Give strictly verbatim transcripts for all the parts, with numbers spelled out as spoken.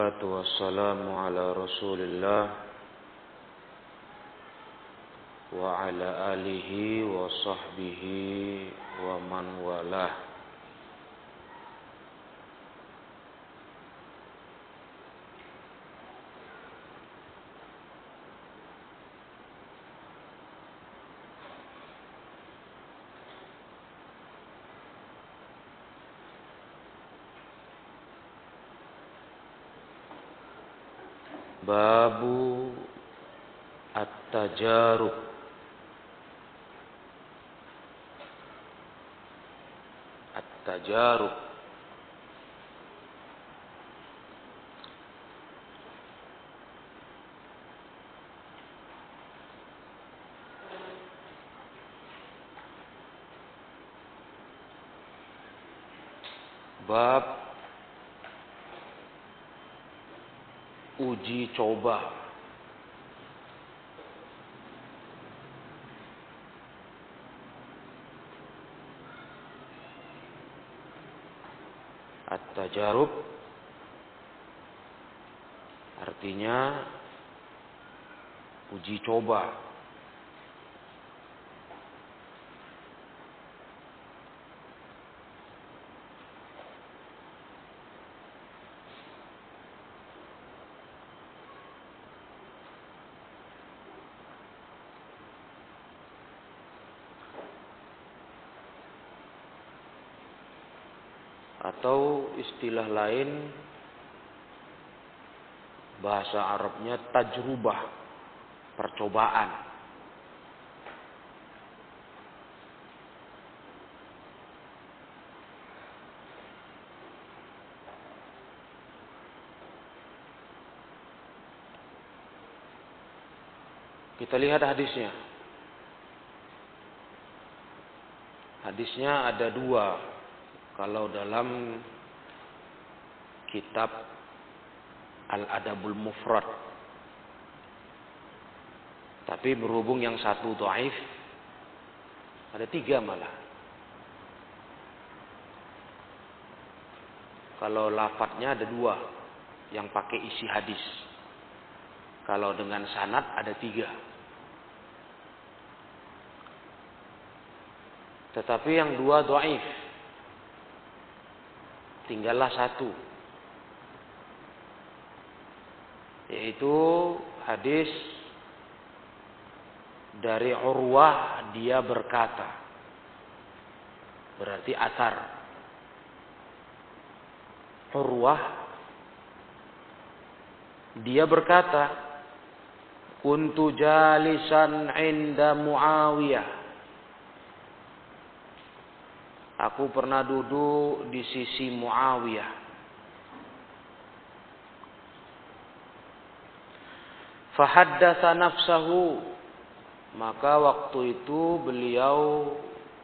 Wassalamu ala Rasulillah wa ala alihi wa sahbihi wa man walah. Babu at-tajarub. At-tajarub. Bab uji coba. At-tajarub artinya uji coba. Atau istilah lain bahasa Arabnya tajrubah, percobaan. Kita lihat hadisnya. Hadisnya ada dua. Kalau dalam kitab Al-Adabul Mufrad. Tapi berhubung yang satu dhaif, ada tiga malah. Kalau lafadznya ada dua yang pakai isi hadis. Kalau dengan sanad ada tiga. Tetapi yang dua dhaif. Tinggallah satu, yaitu hadis dari Urwah, dia berkata, berarti athar. Urwah dia berkata, kuntu jalisan inda Muawiyah. Aku pernah duduk di sisi Muawiyah. Fahaddatsa nafsahu. Maka waktu itu beliau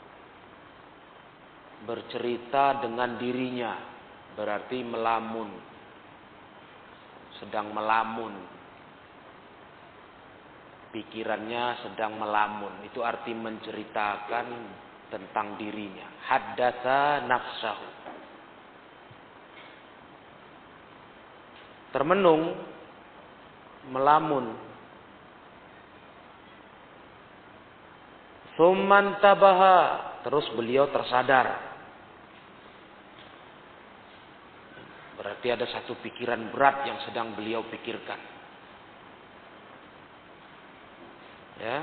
bercerita dengan dirinya. Berarti melamun. Sedang melamun. Pikirannya sedang melamun. Itu arti menceritakan tentang dirinya. Haddatsa nafsahu. Termenung, melamun. Tsumman tabaha, terus beliau tersadar. Berarti ada satu pikiran berat yang sedang beliau pikirkan. Ya.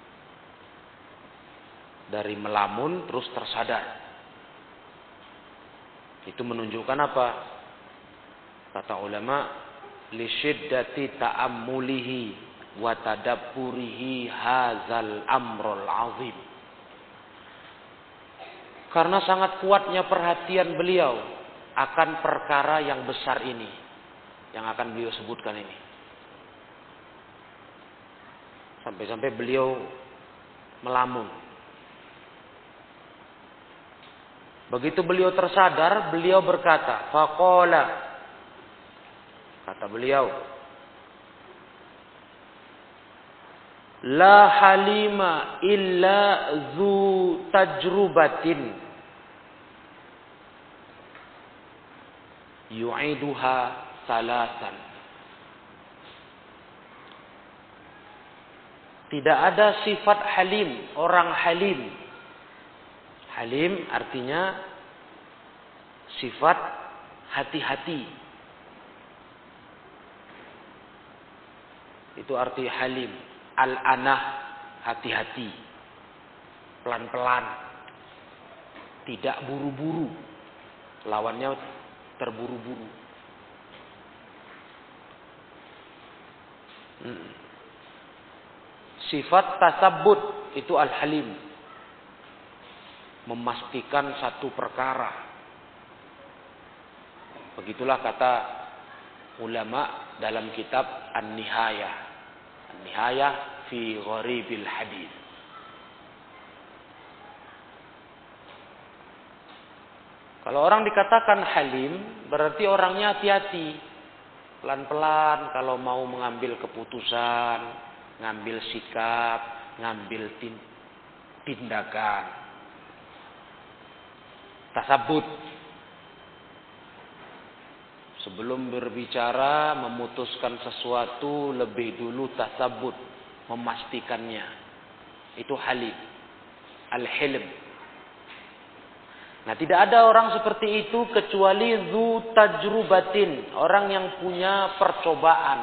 Dari melamun terus tersadar. Itu menunjukkan apa? Kata ulama, li syiddati ta'ammulihi wa tadabburihi hadzal amrul azim. Karena sangat kuatnya perhatian beliau akan perkara yang besar ini yang akan beliau sebutkan ini. Sampai-sampai beliau melamun. Begitu beliau tersadar, beliau berkata, faqala, kata beliau, la halima illa zu tajrubatin yu'iduha salasan. Tidak ada sifat halim, orang halim. Halim artinya sifat hati-hati. Itu arti halim. Al-anah, hati-hati. Pelan-pelan. Tidak buru-buru. Lawannya terburu-buru. Hmm. Sifat tasabbut itu al-halim. Memastikan satu perkara. Begitulah kata ulama dalam kitab An-Nihayah. An-Nihayah fi Gharibil Hadits. Kalau orang dikatakan halim, berarti orangnya hati-hati. Pelan-pelan kalau mau mengambil keputusan, ngambil sikap, ngambil tindakan. Tasabbut. Sebelum berbicara, memutuskan sesuatu, lebih dulu tasabbut, memastikannya. Itu halim. Al-hilm. Nah, tidak ada orang seperti itu kecuali dzu tajrubatin, orang yang punya percobaan.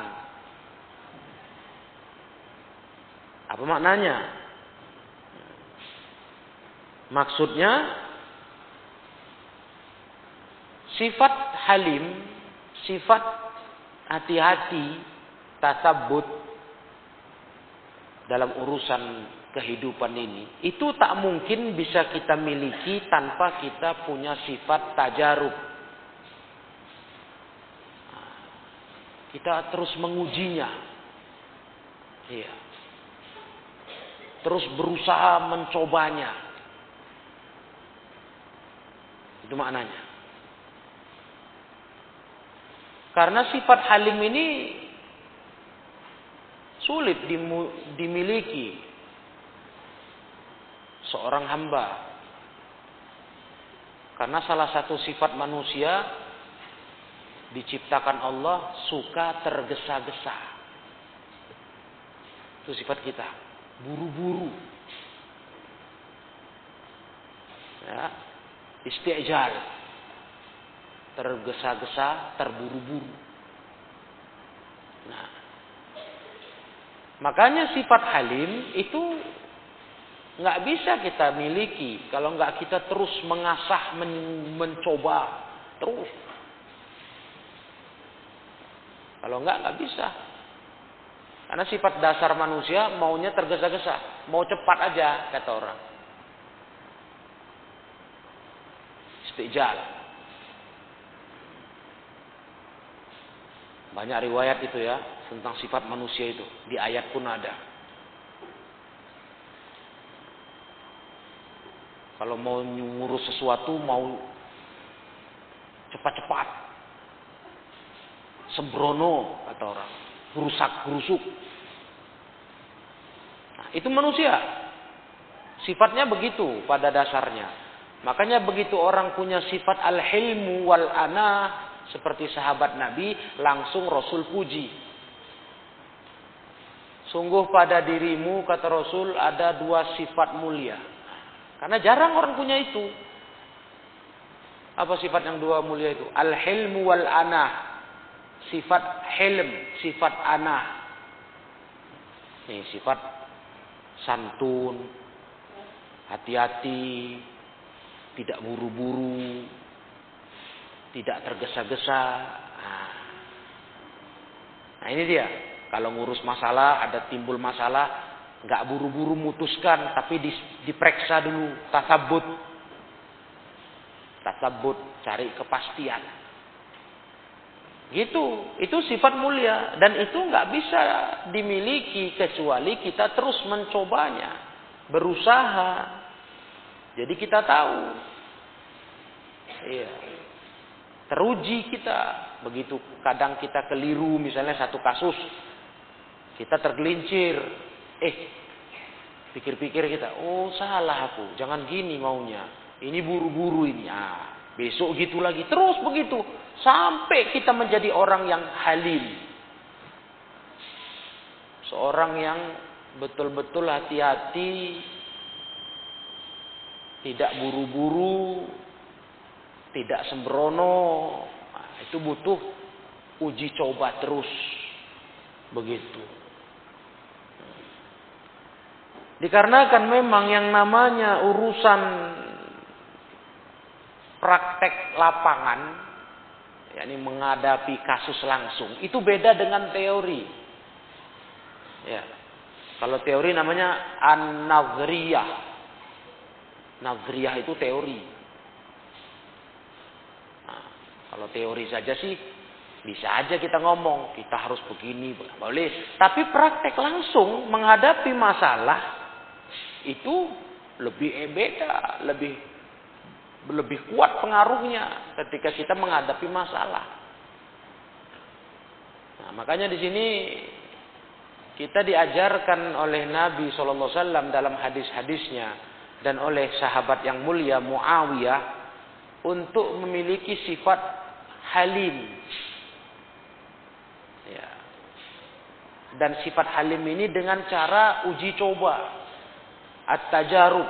Apa maknanya? Maksudnya sifat halim, sifat hati-hati, tasabbut dalam urusan kehidupan ini, itu tak mungkin bisa kita miliki tanpa kita punya sifat tajarub. Kita terus mengujinya. Iya. Terus berusaha mencobanya. Itu maknanya. Karena sifat halim ini sulit dimiliki seorang hamba. Karena salah satu sifat manusia diciptakan Allah suka tergesa-gesa. Itu sifat kita, buru-buru. Ya, istijal. Tergesa-gesa, terburu-buru. Nah, makanya sifat halim itu nggak bisa kita miliki kalau nggak kita terus mengasah, men- mencoba terus. Kalau nggak nggak bisa. Karena sifat dasar manusia maunya tergesa-gesa, mau cepat aja kata orang. Istijal. Banyak riwayat itu ya tentang sifat manusia itu, di ayat pun ada. Kalau mau ngurus sesuatu, mau cepat-cepat. Sembrono, kata orang. Gerusak-gerusuk. Nah, itu manusia. Sifatnya begitu pada dasarnya. Makanya begitu orang punya sifat al-hilmu wal-anah, seperti sahabat Nabi, langsung Rasul puji. Sungguh pada dirimu, kata Rasul, ada dua sifat mulia. Karena jarang orang punya itu. Apa sifat yang dua mulia itu? Al-hilmu wal-anah. Sifat hilm, sifat anah. Nih, sifat santun, hati-hati, tidak buru-buru, tidak tergesa-gesa. Nah, nah ini dia. Kalau ngurus masalah, ada timbul masalah, nggak buru-buru mutuskan, tapi diperiksa dulu, tasabbut, tasabbut, cari kepastian. Gitu, itu sifat mulia dan itu nggak bisa dimiliki kecuali kita terus mencobanya, berusaha. Jadi kita tahu, iya, teruji kita. Begitu kadang kita keliru, misalnya satu kasus, kita tergelincir, eh, pikir-pikir kita, oh salah aku, jangan gini maunya, ini buru-buru ini, ah, besok gitu lagi, terus begitu. Sampai kita menjadi orang yang halim. Seorang yang betul-betul hati-hati, tidak buru-buru, tidak sembrono. Nah, itu butuh uji coba terus. Begitu. Dikarenakan memang yang namanya urusan praktek lapangan, yakni menghadapi kasus langsung, itu beda dengan teori. Ya. Kalau teori namanya an-nazriyah. Nazriyah itu teori. Nah, kalau teori saja sih bisa aja kita ngomong, kita harus begini, boleh. Tapi praktek langsung menghadapi masalah itu lebih eh, beda, lebih lebih kuat pengaruhnya ketika kita menghadapi masalah. Nah, makanya di sini kita diajarkan oleh Nabi shallallahu alaihi wasallam dalam hadis-hadisnya dan oleh sahabat yang mulia Muawiyah untuk memiliki sifat halim. Ya. Dan sifat halim ini dengan cara uji coba, at-tajarub.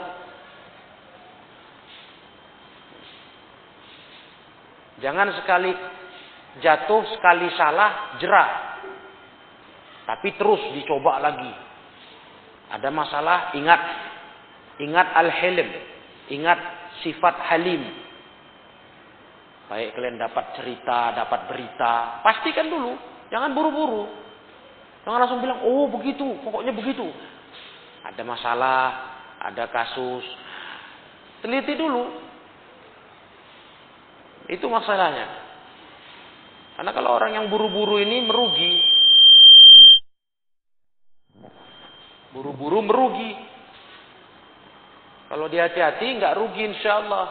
Jangan sekali jatuh, sekali salah, jerah. Tapi terus dicoba lagi. Ada masalah, ingat. Ingat al-hilm. Ingat sifat halim. Baik kalian dapat cerita, dapat berita. Pastikan dulu. Jangan buru-buru. Jangan langsung bilang, oh begitu, pokoknya begitu. Ada masalah, ada kasus. Teliti dulu. Itu masalahnya. Karena kalau orang yang buru-buru ini merugi. Buru-buru merugi. Kalau dia hati-hati nggak rugi insyaallah.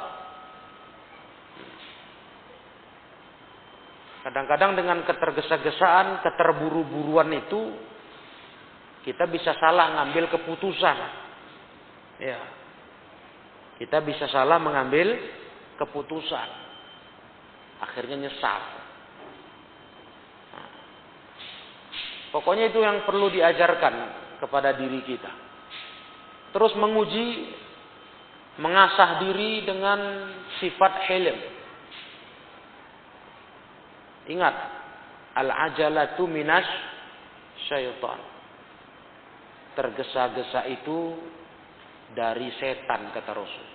Kadang-kadang dengan ketergesa-gesaan, keterburu-buruan itu kita bisa salah ngambil keputusan. Ya. Kita bisa salah mengambil keputusan. Akhirnya nyesal. Nah, pokoknya itu yang perlu diajarkan kepada diri kita. Terus menguji, mengasah diri dengan sifat hilm. Ingat, al-ajalatu minas syaitan. Tergesa-gesa itu dari setan, kata Rasul.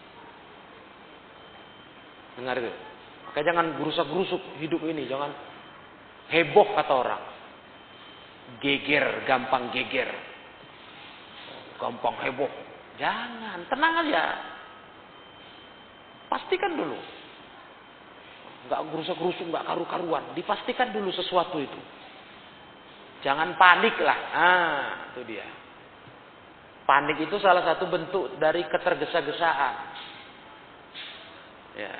Dengar itu? Maka jangan gerusak-gerusuk hidup ini, jangan heboh kata orang. Geger, gampang geger. Gampang heboh. Jangan, tenang aja. Pastikan dulu. Enggak gerusak-gerusuk, enggak karu-karuan. Dipastikan dulu sesuatu itu. Jangan panik lah. Ah, itu dia. Panik itu salah satu bentuk dari ketergesa-gesaan. Ya.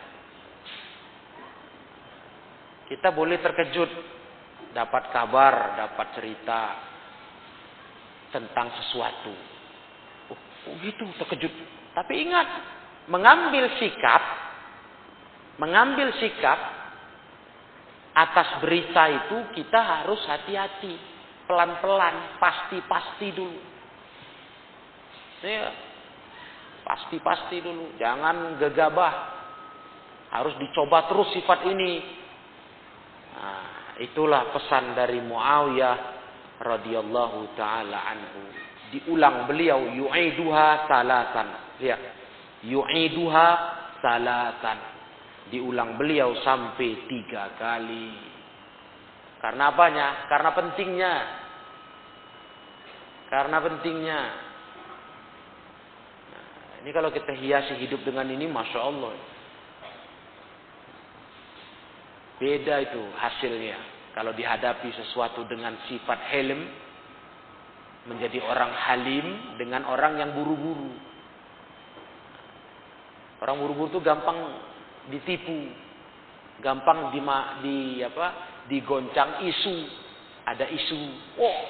Kita boleh terkejut, dapat kabar, dapat cerita tentang sesuatu. Oh, oh gitu, terkejut. Tapi ingat, mengambil sikap, mengambil sikap atas berita itu kita harus hati-hati, pelan-pelan, pasti-pasti dulu. Ya, pasti-pasti dulu, jangan gegabah. Harus dicoba terus sifat ini. Nah, itulah pesan dari Muawiyah radhiyallahu taala anhu. Diulang beliau, yu'iduha salatan. Lihat. Yu'iduha salatan. Diulang beliau sampai tiga kali. Karena apanya? Karena pentingnya. Karena pentingnya. Nah, ini kalau kita hiasi hidup dengan ini, Masya Allah. Beda itu hasilnya. Kalau dihadapi sesuatu dengan sifat hilm, menjadi orang halim dengan orang yang buru-buru. Orang buru-buru itu gampang ditipu, gampang di, di apa? Digoncang isu. Ada isu, oh,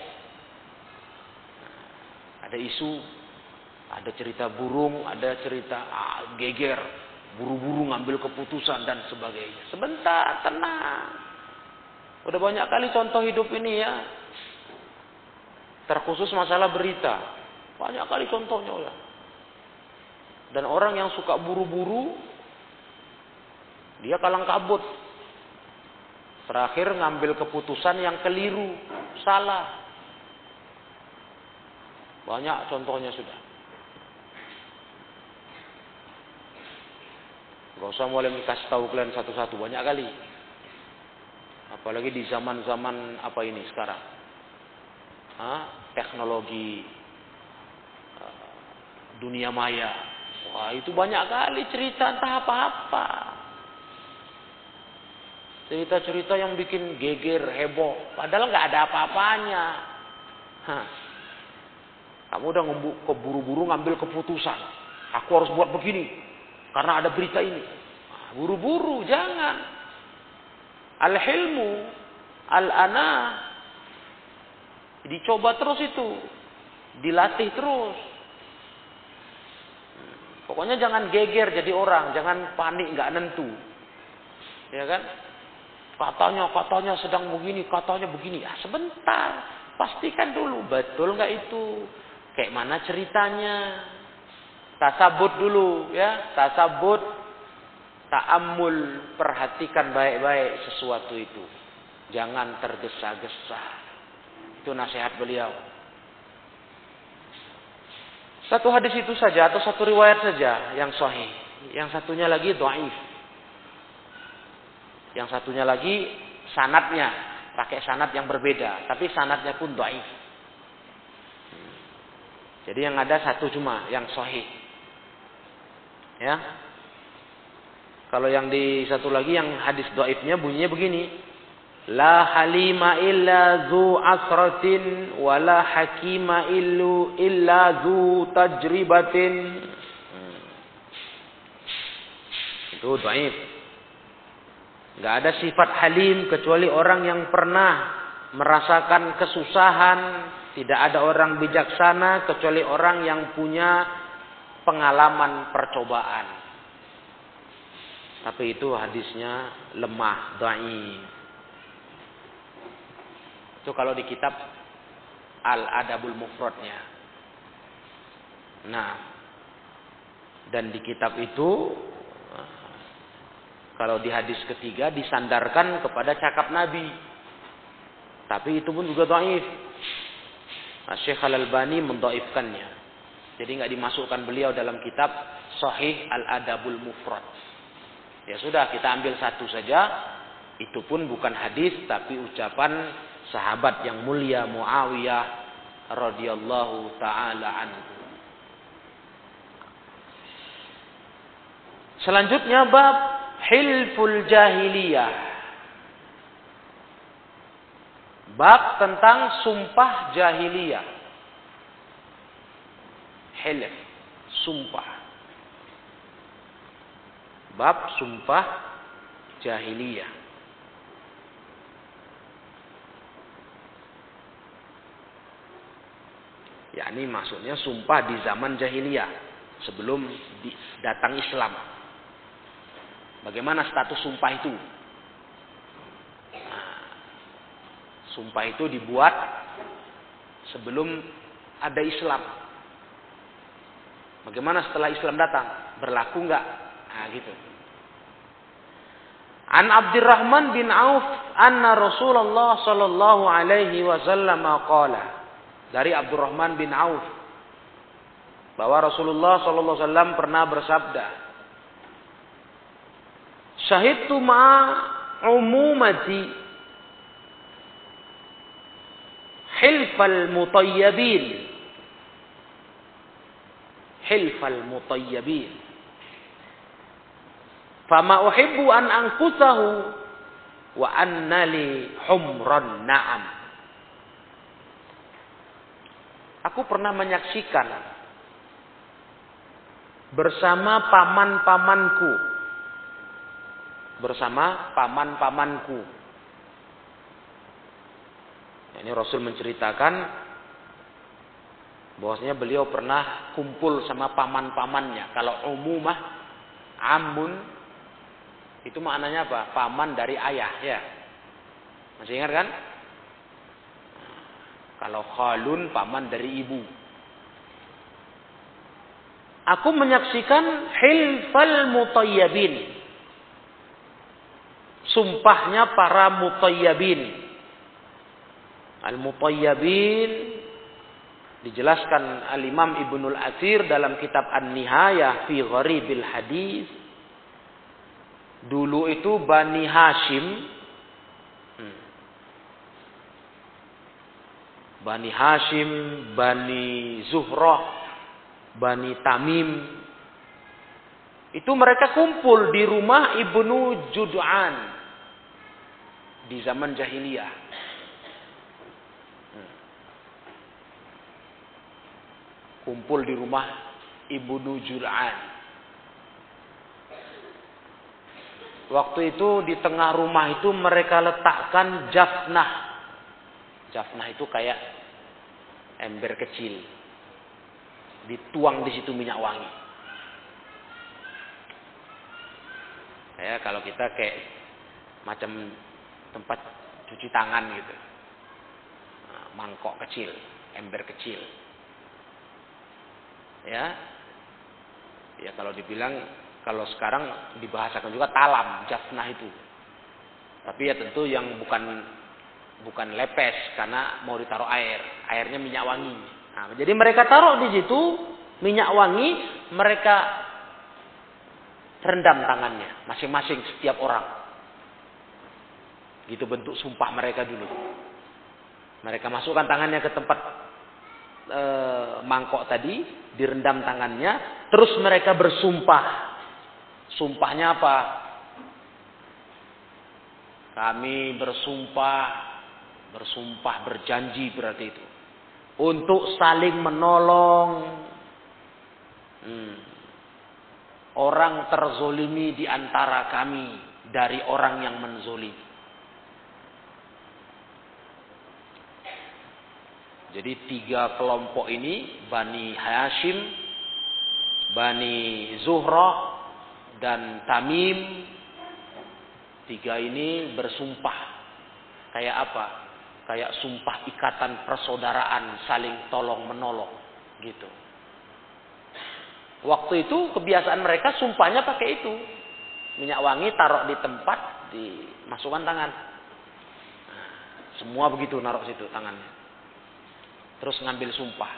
ada isu, ada cerita burung, ada cerita ah, geger, buru-buru ngambil keputusan dan sebagainya. Sebentar, tenang. Udah banyak kali contoh hidup ini ya. Terkhusus masalah berita. Banyak kali contohnya ya. Dan orang yang suka buru-buru, dia kalang kabut. Terakhir ngambil keputusan yang keliru, salah. Banyak contohnya sudah. Gak usah mulai kasih tahu kalian satu-satu, banyak kali. Apalagi di zaman-zaman apa ini sekarang. Hah? Teknologi dunia maya. Wah, itu banyak kali cerita entah apa-apa. Cerita-cerita yang bikin geger, heboh. Padahal nggak ada apa-apanya. Hah. Kamu udah keburu-buru ngambil keputusan. Aku harus buat begini. Karena ada berita ini. Buru-buru, jangan. Al-hilmu, al-ana. Dicoba terus itu. Dilatih terus. Pokoknya jangan geger jadi orang. Jangan panik, nggak nentu. Ya kan? Katanya, katanya sedang begini, katanya begini. Ya sebentar, pastikan dulu betul nggak itu. Kayak mana ceritanya? Tasabut dulu, ya. Tasabut, ta'ammul, perhatikan baik-baik sesuatu itu. Jangan tergesa-gesa. Itu nasihat beliau. Satu hadis itu saja atau satu riwayat saja yang sahih. Yang satunya lagi dhaif. Yang satunya lagi sanadnya pakai sanad yang berbeda, tapi sanadnya pun dhaif. Jadi yang ada satu cuma yang sahih. Ya. Kalau yang di satu lagi yang hadis dhaifnya bunyinya begini. La halima illa zu asratin wa la hakima illu illa zu tajribatin. Hmm. Itu dhaif. Gak ada sifat halim kecuali orang yang pernah merasakan kesusahan. Tidak ada orang bijaksana kecuali orang yang punya pengalaman percobaan. Tapi itu hadisnya lemah, dhaif. Itu kalau di kitab Al-Adabul Mufradnya. Nah, dan di kitab itu kalau di hadis ketiga disandarkan kepada cakap Nabi. Tapi itu pun juga dhaif. Syekh Al-Albani mendhaifkannya. Jadi enggak dimasukkan beliau dalam kitab Sahih Al-Adabul Mufrad. Ya sudah, kita ambil satu saja. Itu pun bukan hadis tapi ucapan sahabat yang mulia Muawiyah radhiyallahu taala anhu. Selanjutnya bab hilful jahiliyah. Bab tentang sumpah jahiliyah. Hilf, sumpah. Bab sumpah jahiliyah. yakni maksudnya sumpah di zaman jahiliyah sebelum datang Islam. Bagaimana status sumpah itu? Nah, sumpah itu dibuat sebelum ada Islam. Bagaimana setelah Islam datang? Berlaku enggak? Nah, gitu. An Abdurrahman bin Auf anna Rasulullah sallallahu alaihi wasallam qala. Dari Abdurrahman bin Auf bahwa Rasulullah sallallahu alaihi wasallam pernah bersabda, "Syahidtu ma'a umumati hilfal mutayyibin." Hilfal mutayyibin. Fama uhibbu an anqusahu wa anna li humran na'am. Aku pernah menyaksikan bersama paman-pamanku. Bersama paman-pamanku. Ini Rasul menceritakan bahwasanya beliau pernah kumpul sama paman-pamannya. Kalau umumah Amun itu maknanya apa? Paman dari ayah, ya. Masih ingat kan? Kalau khalun paman dari ibu. Aku menyaksikan hilfal mutayyabin. Sumpahnya para mutayyabin. Al-mutayyabin dijelaskan Al-Imam Ibnul Athir dalam kitab An-Nihayah fi Gharibil Hadis. Dulu itu Bani Hashim, hmm. Bani Hashim, Bani Zuhrah, Bani Tamim, itu mereka kumpul di rumah Ibnu Jud'an di zaman jahiliyah. Hmm. Kumpul di rumah Ibnu Jud'an. Waktu itu di tengah rumah itu mereka letakkan jafnah. Jafnah itu kayak ember kecil. Dituang di situ minyak wangi. Kayak kalau kita kayak macam tempat cuci tangan gitu. Nah, mangkok kecil, ember kecil. Ya. Ya kalau dibilang, kalau sekarang dibahasakan juga talam, jafnah itu. Tapi ya tentu yang bukan bukan lepes karena mau ditaruh air, airnya minyak wangi. Nah, jadi mereka taruh di situ minyak wangi, mereka rendam tangannya masing-masing setiap orang. Gitu bentuk sumpah mereka dulu. Mereka masukkan tangannya ke tempat e, mangkok tadi, direndam tangannya, terus mereka bersumpah. Sumpahnya apa? Kami bersumpah, bersumpah berjanji berarti itu. Untuk saling menolong hmm, orang terzolimi di antara kami dari orang yang menzolimi. Jadi tiga kelompok ini, Bani Hashim, Bani Zuhrah, dan Tamim, tiga ini bersumpah. Kayak apa? Kayak sumpah ikatan persaudaraan, saling tolong menolong gitu. Waktu itu kebiasaan mereka sumpahnya pakai itu. Minyak wangi taruh di tempat, dimasukkan tangan. Nah, semua begitu naruh situ tangannya. Terus ngambil sumpah.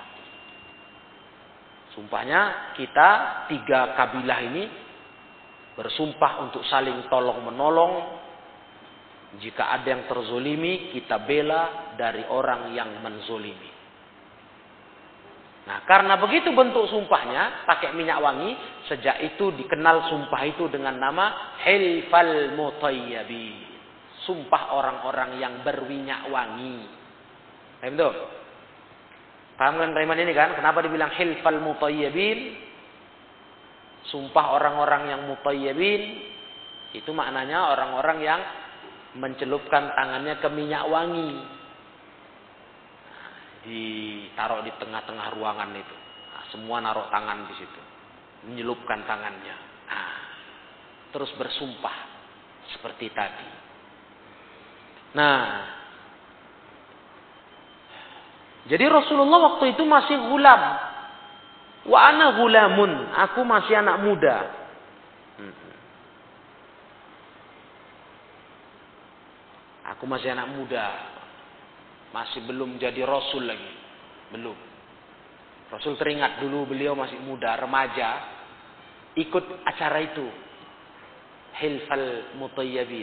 Sumpahnya kita tiga kabilah ini bersumpah untuk saling tolong menolong. Jika ada yang terzolimi, kita bela dari orang yang menzolimi. Nah, karena begitu bentuk sumpahnya, pakai minyak wangi, sejak itu dikenal sumpah itu dengan nama Hilfal Mutayyabin. Sumpah orang-orang yang berminyak wangi. Paham tuh? Paham kan kalimat ini kan? Kenapa dibilang Hilfal Mutayyabin? Sumpah orang-orang yang mutayyabin, itu maknanya orang-orang yang mencelupkan tangannya ke minyak wangi. Ditaruh di tengah-tengah ruangan itu. Nah, semua naruh tangan di situ. Menyelupkan tangannya. Nah, terus bersumpah. Seperti tadi. Nah. Jadi Rasulullah waktu itu masih gulam. Wa ana gulamun. Aku masih anak muda. Aku masih anak muda. Masih belum jadi Rasul lagi. Belum. Rasul teringat dulu beliau masih muda, remaja. Ikut acara itu. Hilfal Mutayyabin.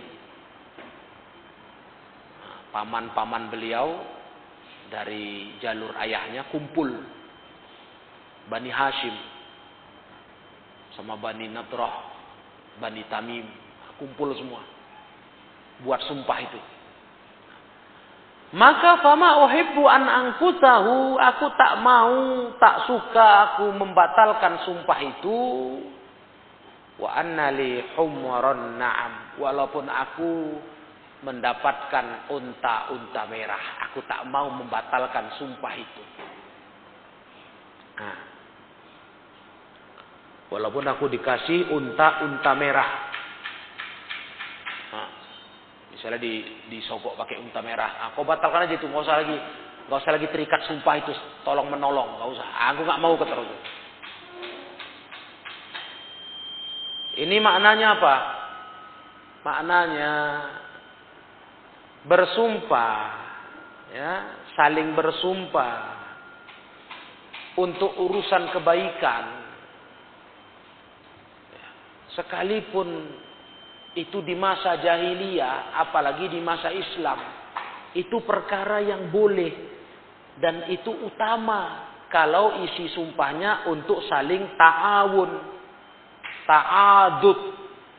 Paman-paman beliau dari jalur ayahnya kumpul. Bani Hashim. Sama Bani Nadrah. Bani Tamim. Kumpul semua. Buat sumpah itu. Maka fama uhibbu an angkusahu, aku tak mau, tak suka aku membatalkan sumpah itu. Wa anna li humran na'am, walaupun aku mendapatkan unta-unta merah, aku tak mau membatalkan sumpah itu. Nah. Walaupun aku dikasih unta-unta merah. Nah, misalnya di disogok pakai unta merah. Aku batalkan aja itu, nggak usah lagi, nggak usah lagi terikat sumpah itu, tolong menolong, nggak usah. Aku nggak mau keterus. Ini maknanya apa? Maknanya bersumpah, ya, saling bersumpah untuk urusan kebaikan. Sekalipun itu di masa jahiliyah, apalagi di masa Islam, itu perkara yang boleh dan itu utama kalau isi sumpahnya untuk saling ta'awun, ta'adud,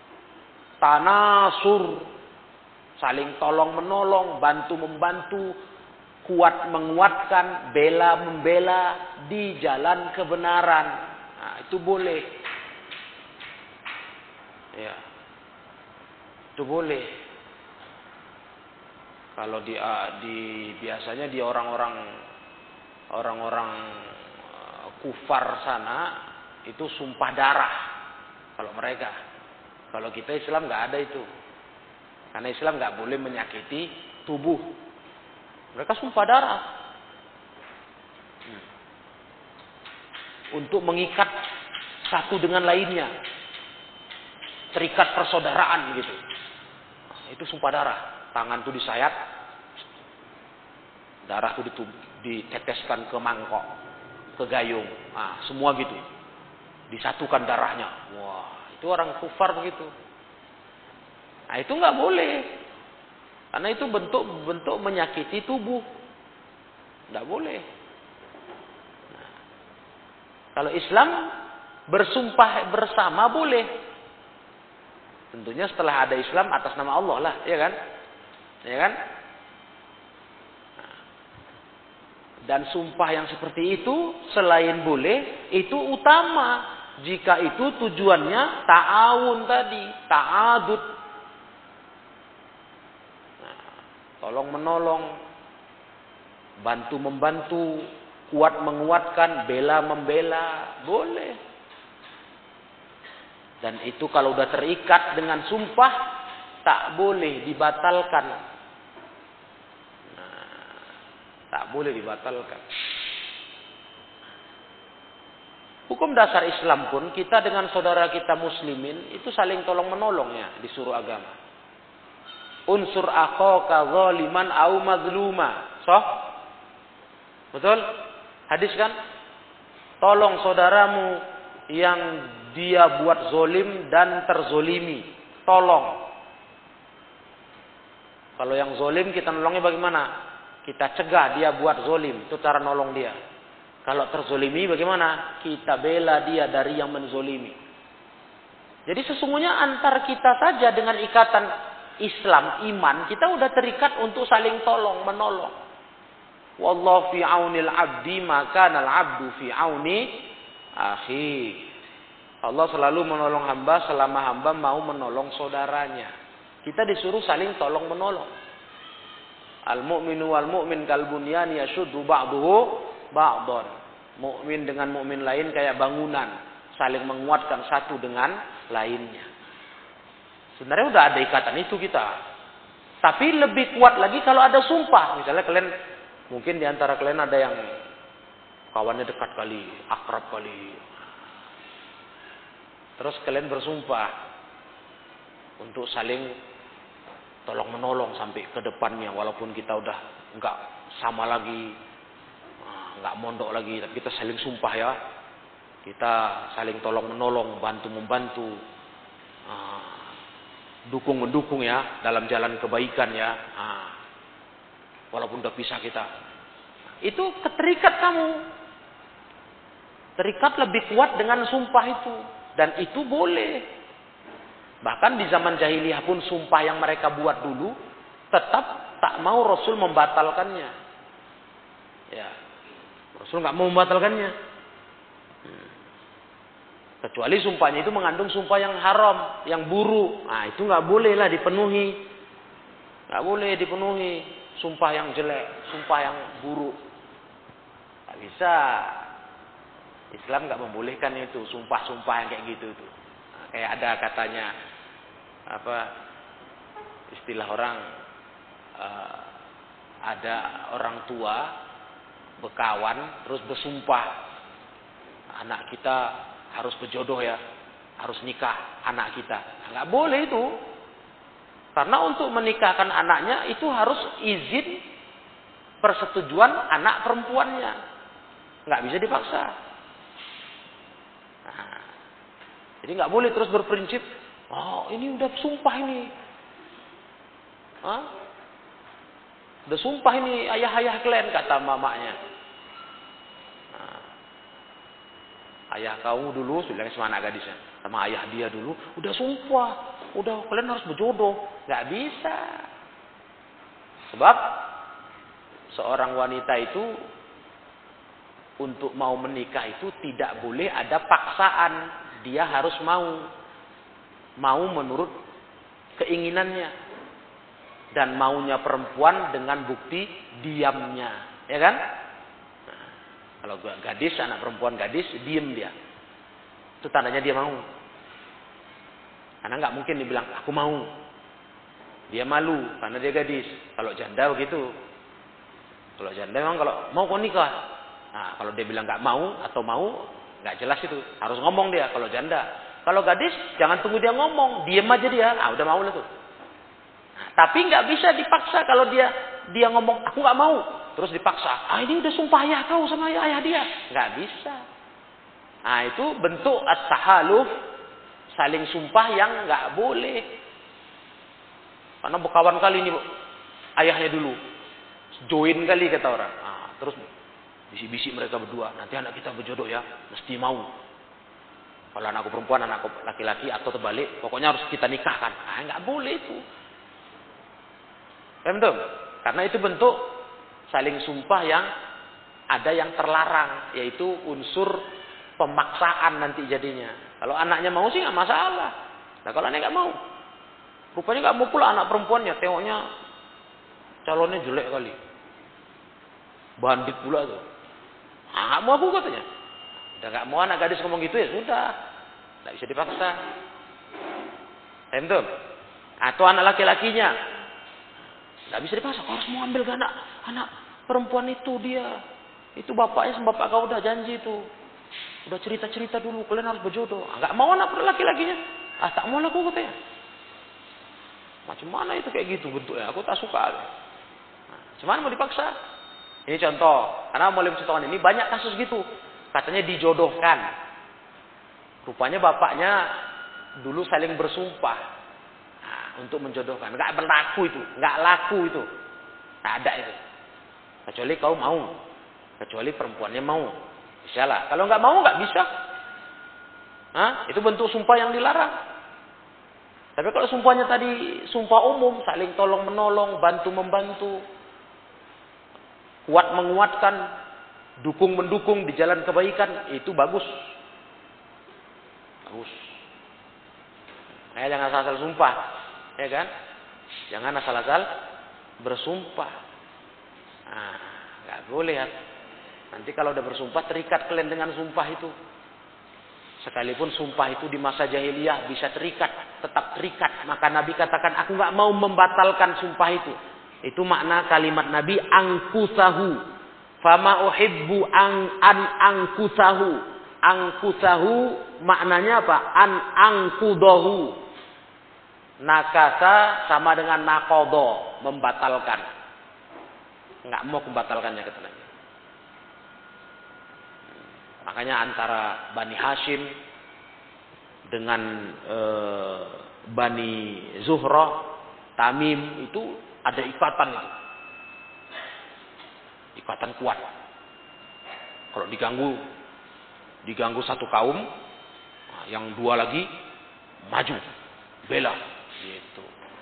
tanasur, saling tolong menolong, bantu membantu, kuat menguatkan, bela membela di jalan kebenaran. Nah, itu boleh. Ya, itu boleh. Kalau di, di biasanya di orang-orang orang-orang kufar sana itu sumpah darah. Kalau mereka, kalau kita Islam nggak ada itu, karena Islam nggak boleh menyakiti tubuh. Mereka sumpah darah hmm. untuk mengikat satu dengan lainnya. Terikat persaudaraan gitu. Itu sumpah darah. Tangan tuh disayat, darah tuh diteteskan ke mangkok, ke gayung. Nah, semua gitu. Disatukan darahnya. Wah, itu orang kufar begitu. Nah, itu nggak boleh. Karena itu bentuk-bentuk menyakiti tubuh. Nggak boleh. Nah, kalau Islam bersumpah bersama boleh. Tentunya setelah ada Islam atas nama Allah lah, ya kan? Ya kan? Dan sumpah yang seperti itu selain boleh, itu utama jika itu tujuannya ta'awun tadi, ta'adud. Nah, tolong menolong, bantu membantu, kuat menguatkan, bela membela, boleh. Dan itu kalau udah terikat dengan sumpah, tak boleh dibatalkan. Nah, tak boleh dibatalkan. Hukum dasar Islam pun, kita dengan saudara kita muslimin, itu saling tolong menolong ya, disuruh agama. Unsur akhaka zaliman au mazluma. Soh? Betul? Hadis kan? Tolong saudaramu yang dia buat zolim dan terzolimi. Tolong. Kalau yang zolim kita nolongnya bagaimana? Kita cegah dia buat zolim. Itu cara nolong dia. Kalau terzolimi bagaimana? Kita bela dia dari yang menzolimi. Jadi sesungguhnya antar kita saja dengan ikatan Islam, iman, kita udah terikat untuk saling tolong, menolong. Wallahu fi aunil abdi maka nal abdu fi auni akhi. Allah selalu menolong hamba selama hamba mau menolong saudaranya. Kita disuruh saling tolong menolong. Al-mu'minu wal mu'min kal bunyan yashuddu ba'duhu ba'dhan. Mukmin dengan mukmin lain kayak bangunan, saling menguatkan satu dengan lainnya. Sebenarnya udah ada ikatan itu kita. Tapi lebih kuat lagi kalau ada sumpah. Misalnya kalian, mungkin di antara kalian ada yang kawannya dekat kali, akrab kali. Terus kalian bersumpah untuk saling tolong menolong sampai ke depannya, walaupun kita udah nggak sama lagi, nggak mondok lagi, tapi kita saling sumpah ya, kita saling tolong menolong, bantu membantu, dukung mendukung ya dalam jalan kebaikan ya, walaupun udah pisah kita, itu keterikat kamu, terikat lebih kuat dengan sumpah itu. Dan itu boleh. Bahkan di zaman jahiliyah pun sumpah yang mereka buat dulu tetap tak mau Rasul membatalkannya. Ya, Rasul nggak mau membatalkannya. Hmm. Kecuali sumpahnya itu mengandung sumpah yang haram, yang buruk. Nah itu nggak boleh lah dipenuhi. Nggak boleh dipenuhi. Sumpah yang jelek, sumpah yang buruk. Nggak bisa. Islam nggak membolehkan itu sumpah-sumpah yang kayak gitu itu. Nah, kayak ada katanya apa istilah orang uh, ada orang tua berkawan terus bersumpah anak kita harus berjodoh ya, harus nikah anak kita. Nah, nggak boleh itu. Karena untuk menikahkan anaknya itu harus izin persetujuan anak perempuannya. Nggak bisa dipaksa. Nah, jadi nggak boleh terus berprinsip, oh ini udah sumpah ini. Hah? Udah sumpah ini ayah-ayah kalian kata mamanya. Nah, ayah kamu dulu, bilang sama anak gadisnya, sama ayah dia dulu, udah sumpah, udah kalian harus berjodoh. Nggak bisa. Sebab seorang wanita itu untuk mau menikah itu tidak boleh ada paksaan. Dia harus mau. Mau menurut keinginannya. Dan maunya perempuan dengan bukti diamnya. Ya kan? Nah, kalau gadis, anak perempuan gadis, diam dia. Itu tandanya dia mau. Karena nggak mungkin dibilang, aku mau. Dia malu, karena dia gadis. Kalau janda begitu. Kalau janda memang kalau mau kau nikah. Nah, kalau dia bilang nggak mau atau mau, nggak jelas itu. Harus ngomong dia kalau janda. Kalau gadis, jangan tunggu dia ngomong, diam aja dia. Ah, udah mau lah tuh. Nah, tapi nggak bisa dipaksa kalau dia dia ngomong aku nggak mau, terus dipaksa. Ah ini udah sumpah ayah kau sama ayah, ayah dia. Nggak bisa. Nah itu bentuk at-tahaluf, saling sumpah yang nggak boleh. Karena berkawan kali ini ayahnya dulu. Join kali kata orang. Nah, terus bisik-bisik mereka berdua. Nanti anak kita berjodoh ya. Mesti mau. Kalau anakku perempuan, anakku laki-laki atau terbalik. Pokoknya harus kita nikahkan. Nah, nggak boleh itu. Paham tuh? Karena itu bentuk saling sumpah yang ada yang terlarang. Yaitu unsur pemaksaan nanti jadinya. Kalau anaknya mau sih nggak masalah. Nah kalau anaknya nggak mau. Rupanya nggak mau pula anak perempuannya. Tengoknya calonnya jelek kali. Bandit pula tuh. Ah, nggak mau aku katanya. Udah nggak mau anak gadis ngomong gitu ya sudah. Nggak bisa dipaksa. Paham tuh? Atau anak laki-lakinya. Nggak bisa dipaksa. Kau harus mau ambil ke anak anak perempuan itu dia. Itu bapaknya sama bapak kau udah janji itu. Udah cerita-cerita dulu. Kalian harus berjodoh. Ah, nggak mau anak laki-lakinya. Ah tak mau lah aku katanya. Macam mana itu kayak gitu bentuknya? Aku tak suka. Nah, cuman mau dipaksa. Ini contoh. Karena mulai mencontohkan ini banyak kasus gitu. Katanya dijodohkan. Rupanya bapaknya dulu saling bersumpah. Nah, untuk menjodohkan. Nggak berlaku itu. Nggak laku itu. Nggak ada itu. Kecuali kau mau. Kecuali perempuannya mau. Bisa lah. Kalau nggak mau nggak bisa. Hah? Itu bentuk sumpah yang dilarang. Tapi kalau sumpahnya tadi sumpah umum, saling tolong menolong, bantu membantu, kuat menguatkan, dukung mendukung di jalan kebaikan, itu bagus. Bagus. Nah, jangan asal-asal sumpah, ya kan? Jangan asal-asal bersumpah. Nah, nggak boleh ya. Nanti kalau udah bersumpah terikat kalian dengan sumpah itu. Sekalipun sumpah itu di masa jahiliyah bisa terikat, tetap terikat. Maka Nabi katakan, aku nggak mau membatalkan sumpah itu. Itu makna kalimat Nabi, angkusahu. Fama uhibbu ang an angkusahu. Angkusahu maknanya apa? An angkudohu. Nakasa sama dengan nakodo, membatalkan. Nggak mau membatalkannya kata Nabi. Makanya antara Bani Hashim dengan e, Bani Zuhrah, Tamim itu ada ikatan itu. Ikatan kuat. Kalau diganggu, diganggu satu kaum, yang dua lagi maju, bela, gitu.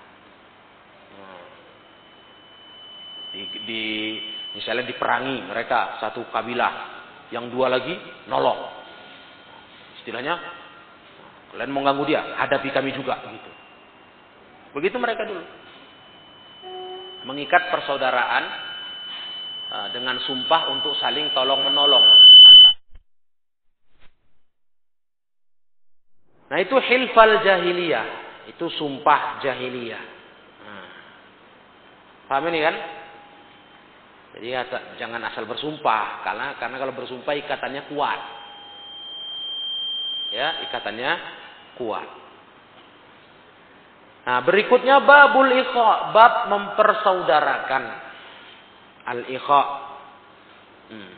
Di, di misalnya diperangi mereka satu kabilah. Yang dua lagi nolong. Istilahnya, kalian mau ganggu dia, hadapi kami juga gitu. Begitu mereka dulu. Mengikat persaudaraan uh, dengan sumpah untuk saling tolong menolong. Nah itu hilfal jahiliyah, itu sumpah jahiliyah. Nah, paham ini kan? Jadi jangan asal bersumpah, karena karena kalau bersumpah ikatannya kuat. Ya, ikatannya kuat. Nah, berikutnya babul ikha, bab mempersaudarakan. Al-ikha. Hmm.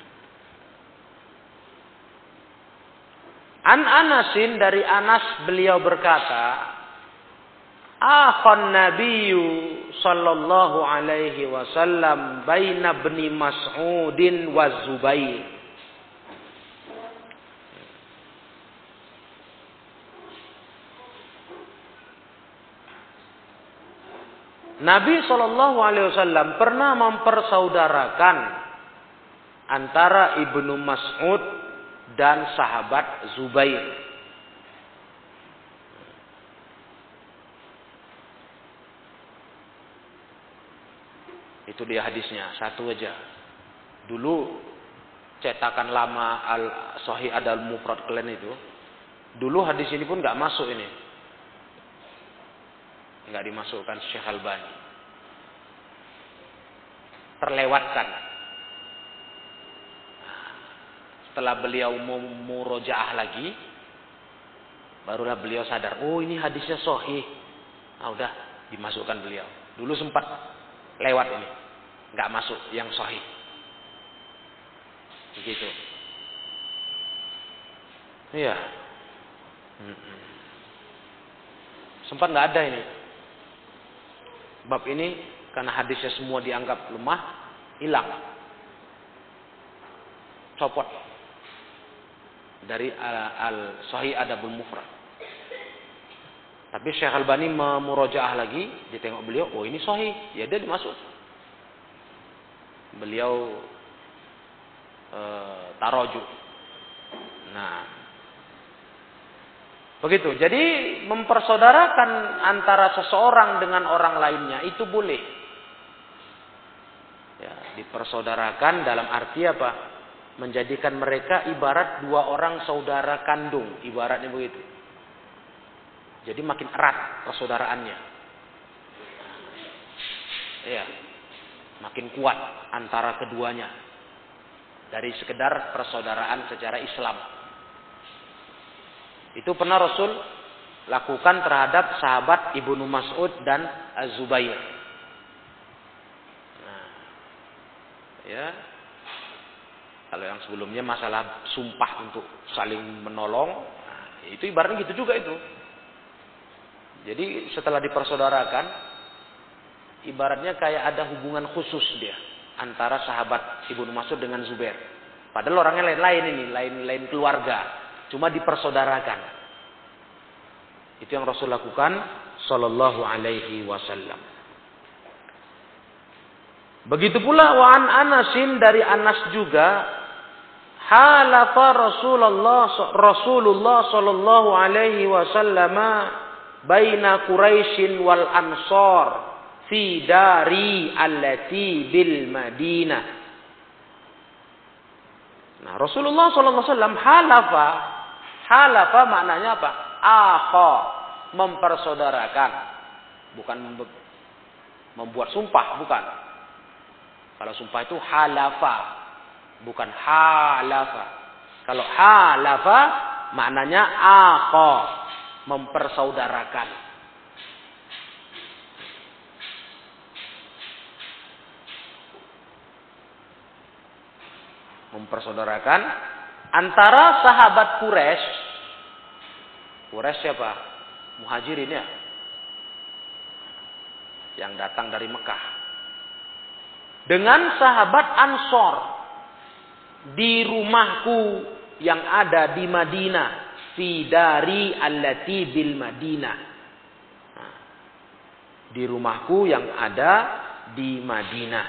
An Anasin, dari Anas beliau berkata, akhan nabiyyu sallallahu alaihi wasallam baina ibni Mas'udin wa Zubair. Nabi sallallahu alaihi wasallam pernah mempersaudarakan antara Ibnu Mas'ud dan sahabat Zubair. Itu dia hadisnya, satu aja. Dulu cetakan lama Al-Sahih Adal-Mufrad kalian itu, dulu hadis ini pun nggak masuk ini, nggak dimasukkan Syekh Albani, terlewatkan. Setelah beliau murojaah lagi, barulah beliau sadar, oh ini hadisnya sahih. Nah udah dimasukkan beliau. Dulu sempat lewat ini, nggak masuk yang sahih. Begitu. Iya. Hmm. Sempat nggak ada ini. Bab ini karena hadisnya semua dianggap lemah, hilang. Copot dari Al-Sahih Adabul Mufrad. Tapi Syekh Albani memurojaah lagi, ditengok beliau, oh ini sahih, ya dia dimasuk. Beliau e, taroju. Nah, begitu. Jadi mempersaudarakan antara seseorang dengan orang lainnya itu boleh. Ya, dipersaudarakan dalam arti apa? Menjadikan mereka ibarat dua orang saudara kandung, ibaratnya begitu. Jadi makin erat persaudaraannya. Iya. Makin kuat antara keduanya. Dari sekedar persaudaraan secara Islam. Itu pernah Rasul lakukan terhadap sahabat Ibnu Mas'ud dan Az-Zubair. Nah, ya. Kalau yang sebelumnya masalah sumpah untuk saling menolong, nah, itu ibaratnya gitu juga itu. Jadi setelah dipersaudarakan, ibaratnya kayak ada hubungan khusus dia antara sahabat Ibnu Mas'ud dengan Zubair. Padahal orangnya lain-lain ini, lain-lain keluarga, cuma dipersaudarakan. Itu yang Rasul lakukan sallallahu alaihi wasallam. Begitu pula wa an Anasin, dari Anas juga, halafa Rasulullah Rasulullah sallallahu alaihi wasallam baina Quraisyin wal Ansar fi dari allati bil Madinah. Nah, Rasulullah sallallahu alaihi wasallam halafa, halafa maknanya apa? Akha, mempersaudarakan, bukan membuat sumpah, bukan. Kalau sumpah itu halafa, bukan halafa. Kalau halafa maknanya akha, mempersaudarakan. Mempersaudarakan antara sahabat Quraisy. Quraisy siapa? Muhajirin ya. Yang datang dari Mekah. Dengan sahabat Ansor di rumahku yang ada di Madinah, fi dari allati bil Madinah. Nah, di rumahku yang ada di Madinah.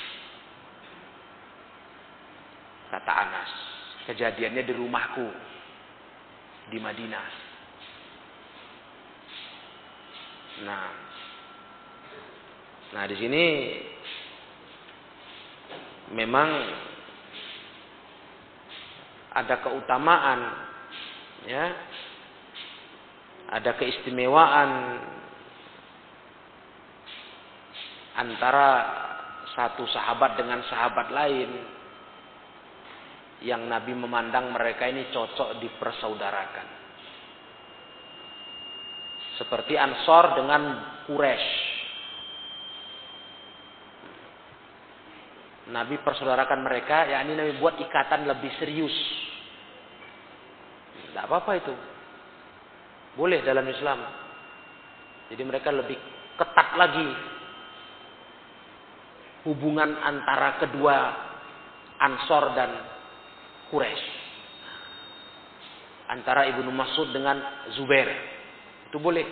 Kata Anas, kejadiannya di rumahku di Madinah. Nah, nah di sini memang ada keutamaan, ya, ada keistimewaan antara satu sahabat dengan sahabat lain yang Nabi memandang mereka ini cocok dipersaudarakan. Seperti Ansor dengan Quraisy. Nabi persaudarakan mereka, yakni Nabi buat ikatan lebih serius. Tidak apa-apa itu. Boleh dalam Islam. Jadi mereka lebih ketat lagi hubungan antara kedua Ansor dan Quraisy. Antara Ibnu Mas'ud dengan Zubair. Itu boleh.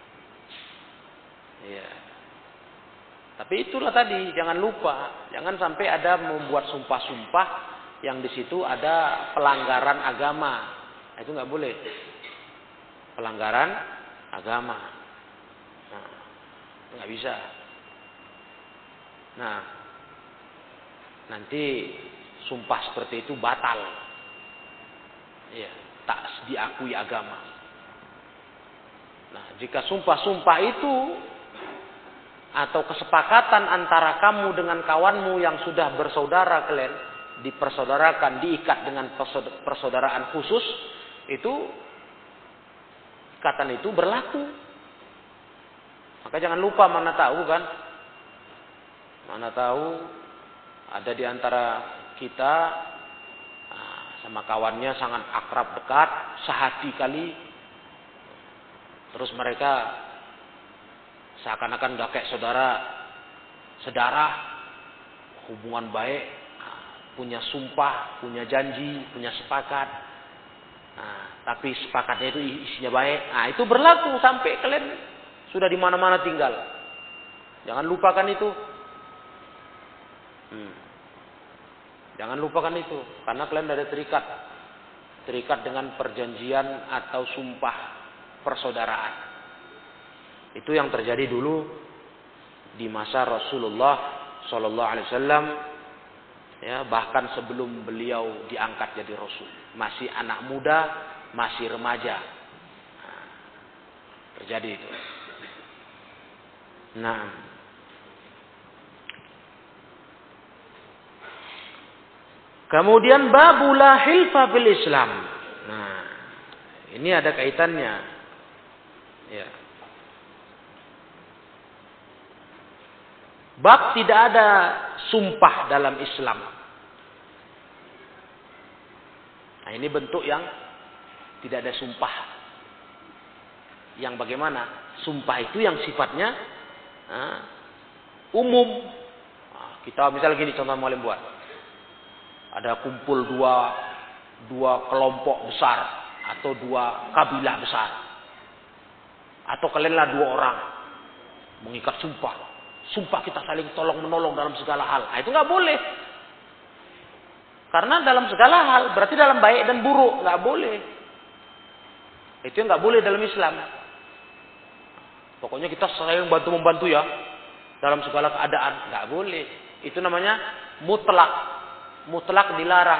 Ya. Tapi itulah tadi, jangan lupa, jangan sampai ada membuat sumpah-sumpah yang di situ ada pelanggaran agama. Nah, itu nggak boleh. Pelanggaran agama. Nah, itu nggak bisa. Nah, nanti sumpah seperti itu batal. Ya, tak diakui agama. Nah, jika sumpah-sumpah itu atau kesepakatan antara kamu dengan kawanmu yang sudah bersaudara kalian dipersaudarakan, diikat dengan persaudaraan khusus, itu ikatan itu berlaku. Maka jangan lupa, mana tahu kan? Mana tahu ada di antara kita sama kawannya sangat akrab dekat, sehati kali. Terus mereka seakan-akan udah kayak saudara, sedarah, hubungan baik, punya sumpah, punya janji, punya sepakat. Nah, tapi sepakatnya itu isinya baik. Nah, itu berlaku sampai kalian sudah di mana-mana tinggal. Jangan lupakan itu. Hmm. Jangan lupakan itu, karena kalian ada terikat, terikat dengan perjanjian atau sumpah persaudaraan. Itu yang terjadi dulu di masa Rasulullah Shallallahu Alaihi Wasallam, ya, bahkan sebelum beliau diangkat jadi Rasul, masih anak muda, masih remaja, nah, terjadi itu. Nah, kemudian babula hilfa fil Islam. Nah, ini ada kaitannya. Ya. Bab tidak ada sumpah dalam Islam. Nah, ini bentuk yang tidak ada sumpah. Yang bagaimana? Sumpah itu yang sifatnya nah, umum. Nah, kita misalnya gini, contoh Mualim buat. Ada kumpul dua dua kelompok besar atau dua kabilah besar. Atau kalianlah dua orang mengikat sumpah. Sumpah kita saling tolong menolong dalam segala hal. Nah, itu nggak boleh. Karena dalam segala hal berarti dalam baik dan buruk, nggak boleh. Itu nggak boleh dalam Islam. Pokoknya kita saling bantu membantu ya dalam segala keadaan, nggak boleh. Itu namanya mutlak, mutlak dilarang.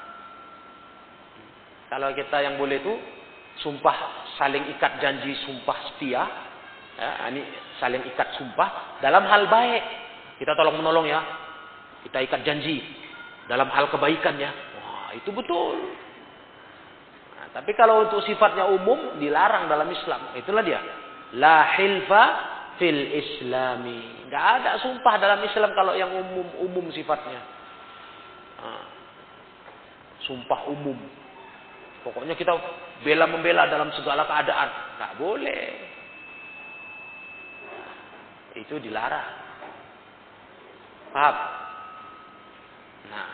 Kalau kita yang boleh itu sumpah saling ikat janji, sumpah setia, ya, ini saling ikat sumpah dalam hal baik. Kita tolong menolong ya, kita ikat janji dalam hal kebaikan ya. Wah, itu betul. Nah, tapi kalau untuk sifatnya umum dilarang dalam Islam. Itulah dia. La hilfa fil Islami. Enggak ada sumpah dalam Islam kalau yang umum-umum sifatnya. Nah, sumpah umum. Pokoknya kita bela membela dalam segala keadaan. Enggak boleh. Itu dilarang. Paham? Nah.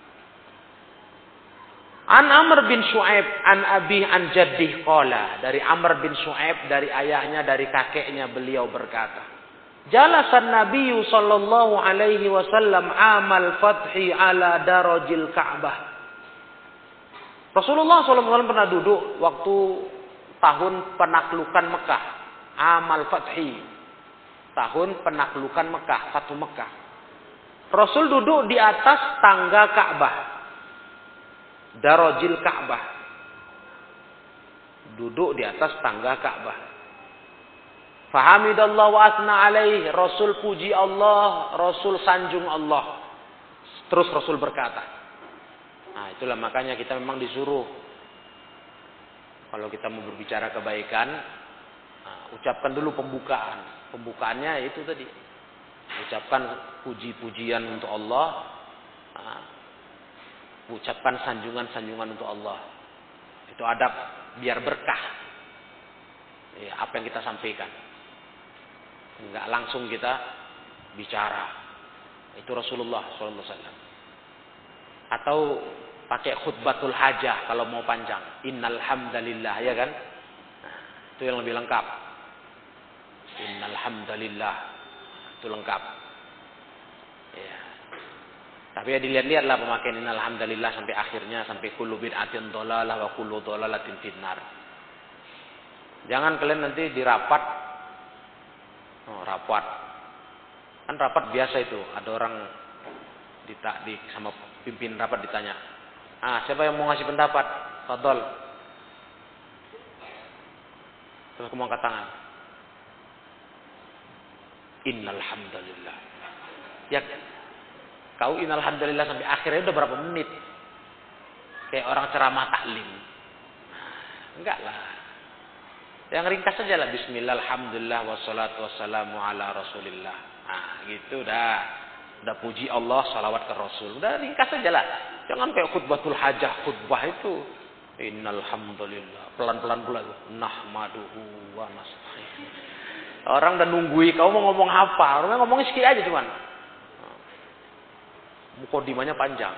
An Amr bin Shu'aib an Abi an Jaddih qala, dari Amr bin Shu'aib dari ayahnya dari kakeknya beliau berkata, Jalasan Nabi sallallahu alaihi wasallam amal fathi ala darajil Ka'bah. Rasulullah sallallahu alaihi wasallam pernah duduk waktu tahun penaklukan Mekah, amal fathi, tahun penaklukan Mekah, Fathu Mekah. Rasul duduk di atas tangga Ka'bah. Darajil Ka'bah. duduk di atas tangga Ka'bah. Fahamidallah wa asna alaih. Rasul puji Allah, Rasul sanjung Allah. Terus Rasul berkata. Nah, itulah makanya kita memang disuruh. Kalau kita mau berbicara kebaikan, nah, ucapkan dulu pembukaan. Pembukaannya itu tadi. Ucapkan puji-pujian untuk Allah. Nah, ucapkan sanjungan-sanjungan untuk Allah. Itu adab biar berkah. Ya, apa yang kita sampaikan. Enggak langsung kita bicara. Itu Rasulullah shallallahu alaihi wasallam. Atau pakai khutbatul hajah kalau mau panjang. Innal hamdalillah, ya kan? Nah, itu yang lebih lengkap. Innal hamdalillah, itu lengkap. Ya. Tapi ya dilihat-lihatlah pemakaian innal hamdalillah sampai akhirnya, sampai kullu bid'atin dhalalah wa kullu dhalalatin finnar. Jangan kalian nanti di rapat. Oh, rapat. Kan rapat biasa itu, ada orang di, di sama pimpin rapat ditanya. Ah, siapa yang mau ngasih pendapat? Fadol. Terus aku mau angkat tangan. Innal hamdalillah. Ya, kau innal hamdalillah sampai akhirnya udah berapa menit? Kayak orang ceramah taklim. Enggak lah. Yang ringkas saja lah. Bismillah, alhamdulillah, wassalatu wassalamu ala rasulillah. Nah, gitu dah. Udah puji Allah, salawat ke Rasul. Udah ringkas saja lah. Jangan kayak khutbatul hajah, khutbah itu. Innal hamdalillah. Pelan-pelan pula. Nahmaduhu wa nasta'in. Orang udah nunggui, kau mau ngomong apa? Orang ngomongnya sedikit aja cuman. Mukadimahnya panjang.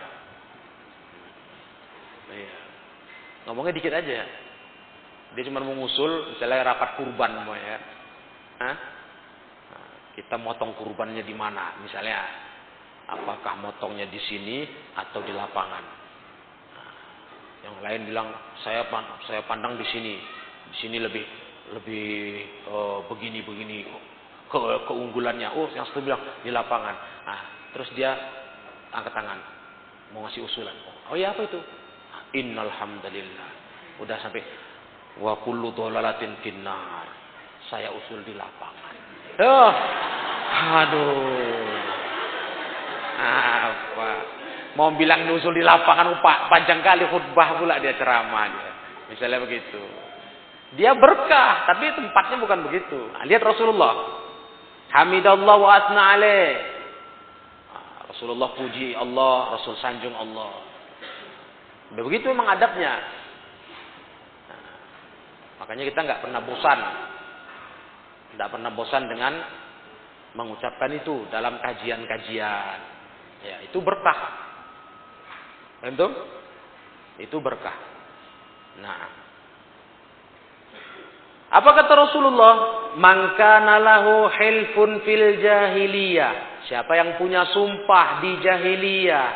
Iya. Ngomongnya dikit aja. Dia cuma mengusul, misalnya rapat kurban mau ya. Hah? Nah, kita motong kurbannya di mana? Misalnya, apakah motongnya di sini atau di lapangan? Nah, yang lain bilang saya saya pandang di sini, di sini lebih lebih uh, begini begini ke, keunggulannya. Oh, yang satu bilang di lapangan. Nah, terus dia angkat tangan, mau ngasih usulan. Oh ya apa itu? Innal hamdalillah. Udah sampai wa kullu dhalalatin finnar. Saya usul di lapangan. Oh, aduh. Apa? Mau bilang usul di lapangan, Pak, panjang kali khutbah pula dia ceramah dia. Misalnya begitu. Dia berkah, tapi tempatnya bukan begitu. Nah, lihat Rasulullah. Hamidallah wa asna alaih. Rasulullah puji Allah, Rasul sanjung Allah. Udah begitu memang adabnya. Nah, makanya kita nggak pernah bosan, nggak pernah bosan dengan mengucapkan itu dalam kajian-kajian. Ya, itu berkah. Betul? Itu berkah. Nah, apa kata Rasulullah? Man kana lahu hilfun fil jahiliyah. Siapa yang punya sumpah di jahiliyah?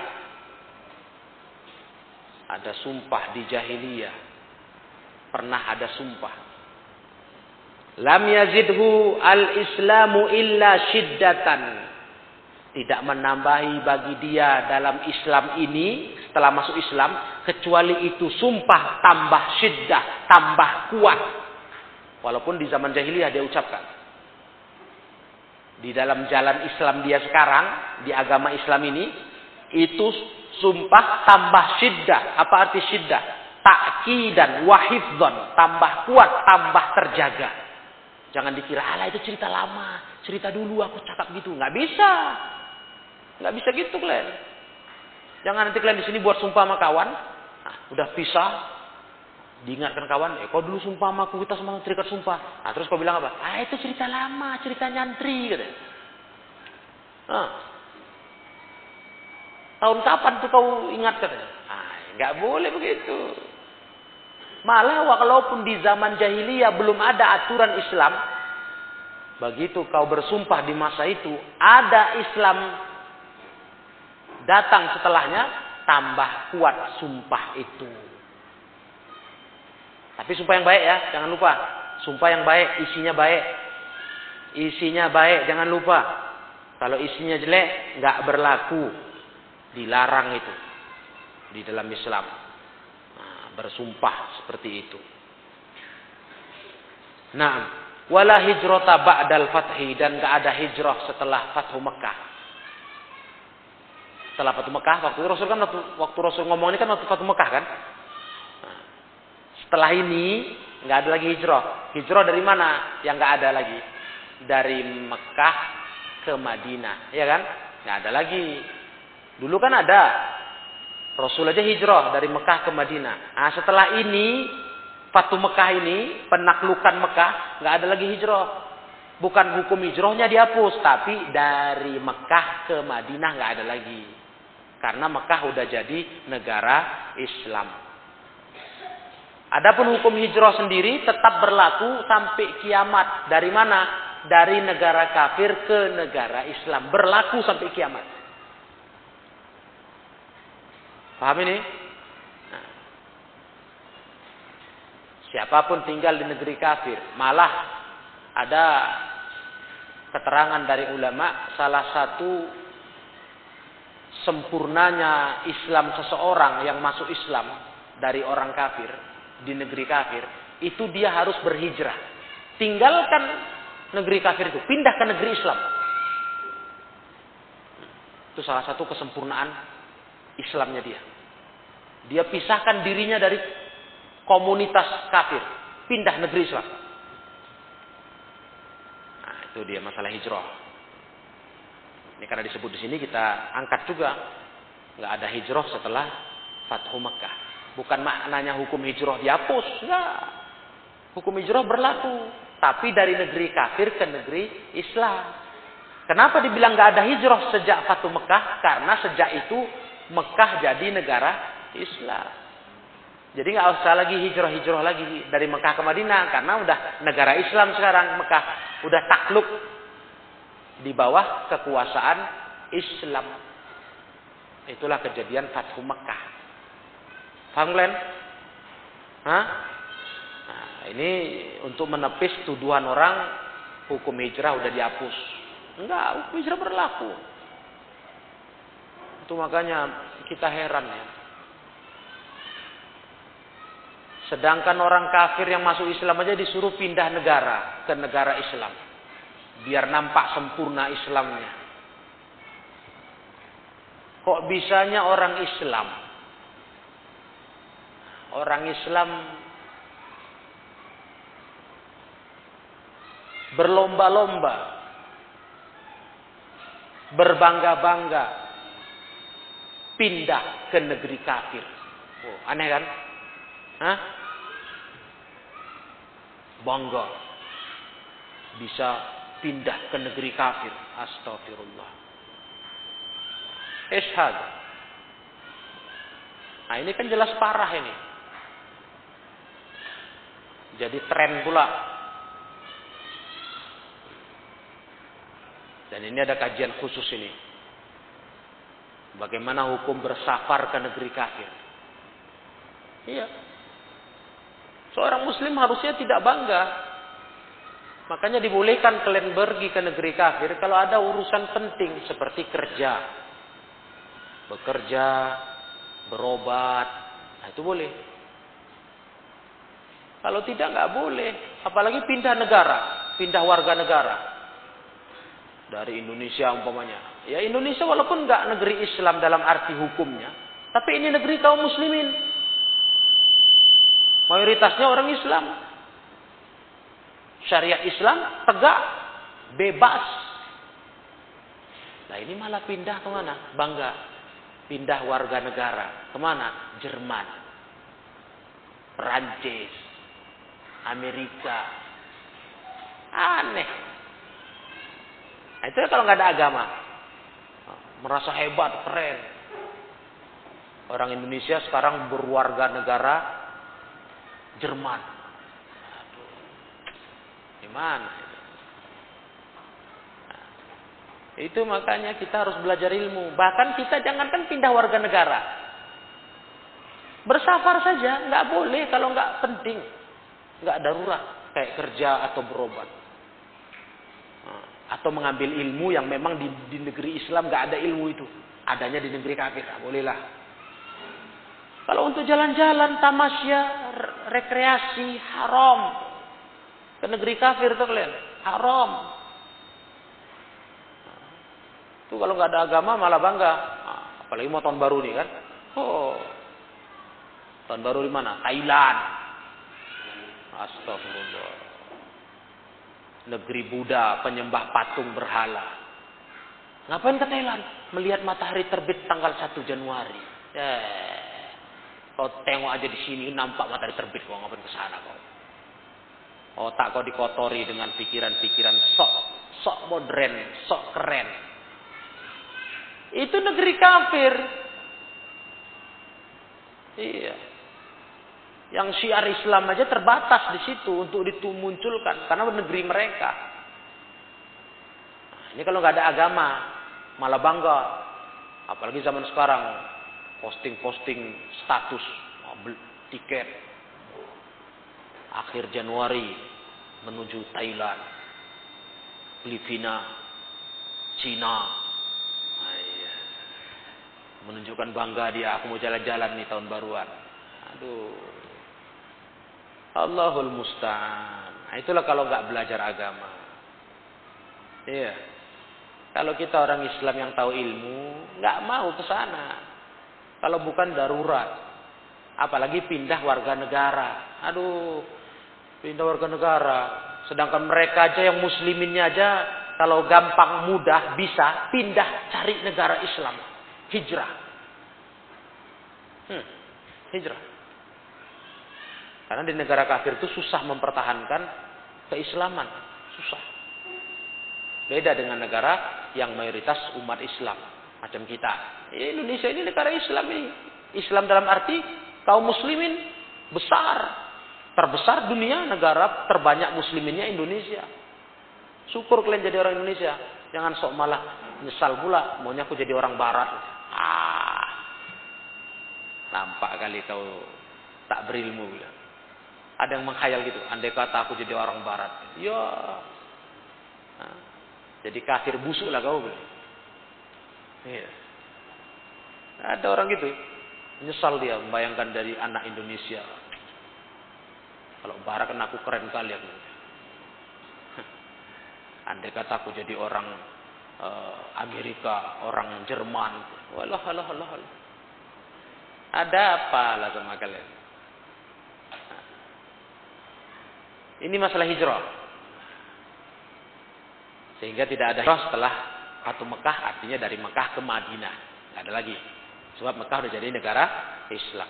Ada sumpah di jahiliyah. Pernah ada sumpah. Lam yazidhu al-islamu illa syiddatan. Tidak menambahi bagi dia dalam Islam ini, setelah masuk Islam, kecuali itu sumpah tambah syiddah, tambah kuat. Walaupun di zaman jahiliyah dia ucapkan. Di dalam jalan Islam dia sekarang, di agama Islam ini, itu sumpah tambah syiddah. Apa arti syiddah? Ta'kidan wa hifdzan, tambah kuat, tambah terjaga. Jangan dikira, alah itu cerita lama, cerita dulu aku cakap gitu. Nggak bisa. Nggak bisa gitu kalian. Jangan nanti kalian di sini buat sumpah sama kawan. Nah, udah pisah. Diingatkan kawan, eh kau dulu sumpah sama aku, kita semua terikat sumpah. Nah, terus kau bilang apa? Ah itu cerita lama, cerita nyantri katanya. Nah, tahun kapan tuh kau ingat katanya? Ah, nggak boleh begitu. Malah walaupun di zaman jahiliyah belum ada aturan Islam, begitu kau bersumpah di masa itu, ada Islam datang setelahnya, tambah kuat sumpah itu. Tapi sumpah yang baik ya, jangan lupa. Sumpah yang baik, isinya baik. Isinya baik, jangan lupa. Kalau isinya jelek, nggak berlaku. Dilarang itu di dalam Islam. Nah, bersumpah seperti itu. Nah, wala hijrata ba'dal fathi, dan enggak ada hijrah setelah Fathu Mekah. Setelah Fathu Mekah, waktu Rasul kan waktu, waktu Rasul ngomong ini kan waktu Fathu Mekah kan. Nah, setelah ini enggak ada lagi hijrah. Hijrah dari mana? Yang enggak ada lagi. Dari Mekah ke Madinah, ya kan? Enggak ada lagi. Dulu kan ada. Rasul aja hijrah dari Mekah ke Madinah. Nah, setelah ini Fathu Mekah ini, penaklukan Mekah, nggak ada lagi hijrah. Bukan hukum hijrahnya dihapus, tapi dari Mekah ke Madinah nggak ada lagi. Karena Mekah udah jadi negara Islam. Adapun hukum hijrah sendiri tetap berlaku sampai kiamat. Dari mana? Dari negara kafir ke negara Islam. Berlaku sampai kiamat. Paham ini? Nah. Siapapun tinggal di negeri kafir. Malah ada keterangan dari ulama, salah satu sempurnanya Islam seseorang yang masuk Islam dari orang kafir, di negeri kafir, itu dia harus berhijrah. Tinggalkan negeri kafir itu, pindah ke negeri Islam. Itu salah satu kesempurnaan Islamnya dia. Dia pisahkan dirinya dari komunitas kafir, pindah negeri Islam. Nah, itu dia masalah hijrah. Ini karena disebut di sini kita angkat juga, nggak ada hijrah setelah Fathu Mekah. Bukan maknanya hukum hijrah dihapus, enggak. Hukum hijrah berlaku, tapi dari negeri kafir ke negeri Islam. Kenapa dibilang nggak ada hijrah sejak Fathu Mekah? Karena sejak itu Mekah jadi negara Islam. Jadi nggak usah lagi hijrah-hijrah lagi dari Mekah ke Madinah, karena udah negara Islam sekarang. Mekah udah takluk di bawah kekuasaan Islam. Itulah kejadian Fathu Mekah. Paham kalian? Hah? Nah, ini untuk menepis tuduhan orang hukum hijrah udah dihapus. Enggak, hukum hijrah berlaku. Itu makanya kita heran ya. Sedangkan orang kafir yang masuk Islam aja disuruh pindah negara ke negara Islam. Biar nampak sempurna Islamnya. Kok bisanya orang Islam? Orang Islam berlomba-lomba, berbangga-bangga, pindah ke negeri kafir. Oh, aneh kan? Hah? Bangga bisa pindah ke negeri kafir. Astagfirullah. Ishad. Nah, ini kan jelas parah ini. Jadi tren pula. Dan ini ada kajian khusus ini. Bagaimana hukum bersafar ke negeri kafir. Iya. Seorang muslim harusnya tidak bangga. Makanya dibolehkan kalian pergi ke negeri kafir kalau ada urusan penting seperti kerja. Bekerja, berobat. Nah, itu boleh. Kalau tidak, nggak boleh. Apalagi pindah negara, pindah warga negara. Dari Indonesia umpamanya. Ya Indonesia walaupun nggak negeri Islam dalam arti hukumnya. Tapi ini negeri kaum muslimin. Mayoritasnya orang Islam. Syariat Islam tegak, bebas. Nah ini malah pindah kemana? Bangga. Pindah warga negara. Kemana? Jerman. Perancis. Amerika. Aneh. Nah, itu kalau nggak ada agama. Merasa hebat, keren. Orang Indonesia sekarang berwarga negara Jerman. Aduh. Gimana itu? Nah, itu makanya kita harus belajar ilmu. Bahkan kita jangankan pindah warga negara. Bersafar saja, nggak boleh kalau nggak penting. Nggak darurat. Kayak kerja atau berobat. Nah, atau mengambil ilmu yang memang di, di negeri Islam nggak ada ilmu itu. Adanya di negeri kafir. Nah, bolehlah. Kalau untuk jalan-jalan, tamasya, rekreasi, haram. Ke negeri kafir tuh kalian. Haram. Tuh kalau nggak ada agama malah bangga. Nah, apalagi mau tahun baru nih kan. Oh. Tahun baru di mana? Thailand. Astagfirullah. Negeri Buddha, penyembah patung berhala. Ngapain ke Thailand? Melihat matahari terbit tanggal satu Januari. Eh, kau tengok aja di sini nampak matahari terbit, kau ngapain ke sana kau? Otak kau dikotori dengan pikiran-pikiran sok sok modern, sok keren. Itu negeri kafir. Iya. Yang syiar Islam aja terbatas di situ untuk dimunculkan karena negeri mereka. Nah, ini kalau nggak ada agama malah bangga. Apalagi zaman sekarang posting-posting status beli tiket akhir Januari menuju Thailand, Filipina, Cina. Nah, iya. Menunjukkan bangga dia, aku mau jalan-jalan nih tahun baruan. Aduh. Allahul musta'an. Nah, itulah kalau nggak belajar agama. Iya. Kalau kita orang Islam yang tahu ilmu, nggak mau ke sana. Kalau bukan darurat. Apalagi pindah warga negara. Aduh, pindah warga negara. Sedangkan mereka aja yang musliminnya aja, kalau gampang mudah bisa pindah cari negara Islam. Hijrah. Hmm, hijrah. Karena di negara kafir itu susah mempertahankan keislaman. Susah. Beda dengan negara yang mayoritas umat Islam. Macam kita. Ya, Indonesia ini negara Islam ini. Islam dalam arti kaum muslimin besar. Terbesar dunia, negara terbanyak musliminnya Indonesia. Syukur kalian jadi orang Indonesia. Jangan sok malah nyesal pula. Maunya aku jadi orang barat. Ah, nampak kali kau tak berilmu. Ada yang menghayal gitu. Andai kata aku jadi orang barat. Ya. Nah, jadi kafir busuk lah kau. Iya. Ada orang gitu. Nyesal dia membayangkan dari anak Indonesia. Kalau barat kan aku keren kali aku. Andai kata aku jadi orang uh, Amerika, orang Jerman. Walah, walah, walah, walah. Ada apa lah sama kalian? Nah. Ini masalah hijrah. Sehingga tidak ada hijrah setelah Fatu Mekah, artinya dari Mekah ke Madinah. Tidak ada lagi. Sebab Mekah sudah jadi negara Islam.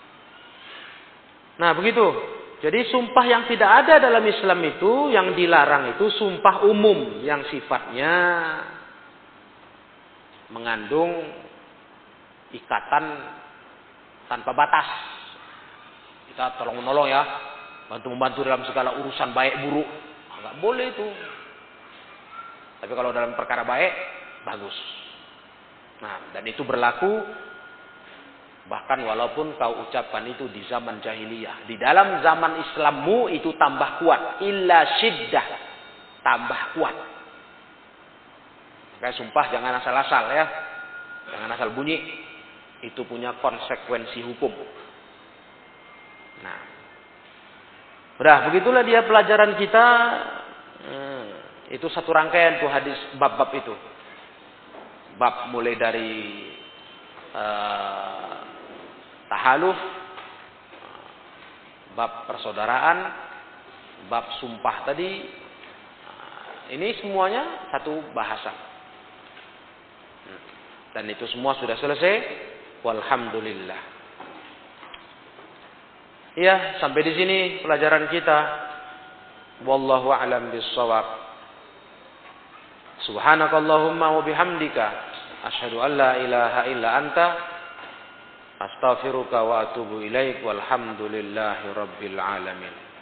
Nah begitu. Jadi sumpah yang tidak ada dalam Islam itu, yang dilarang itu sumpah umum. Yang sifatnya mengandung ikatan tanpa batas. Kita tolong menolong ya. Bantu-membantu dalam segala urusan baik buruk. Enggak boleh itu. Tapi kalau dalam perkara baik, bagus. Nah, dan itu berlaku bahkan walaupun kau ucapkan itu di zaman jahiliyah. Di dalam zaman Islammu itu tambah kuat. Illa syiddah. Tambah kuat. Kayak sumpah jangan asal-asal ya. Jangan asal bunyi. Itu punya konsekuensi hukum. Nah. Udah, begitulah dia pelajaran kita. Hmm, itu satu rangkaian tuh hadis bab-bab itu. Bab mulai dari uh, tahaluf, bab persaudaraan, bab sumpah tadi. Ini semuanya satu bahasa. Dan itu semua sudah selesai. Walhamdulillah. Ya, sampai di sini pelajaran kita. Wallahu a'lam bissawab. Subhanakallahumma wa bihamdika asyhadu an la ilaha illa anta astaghfiruka wa atubu ilaik walhamdulillahi rabbil alamin.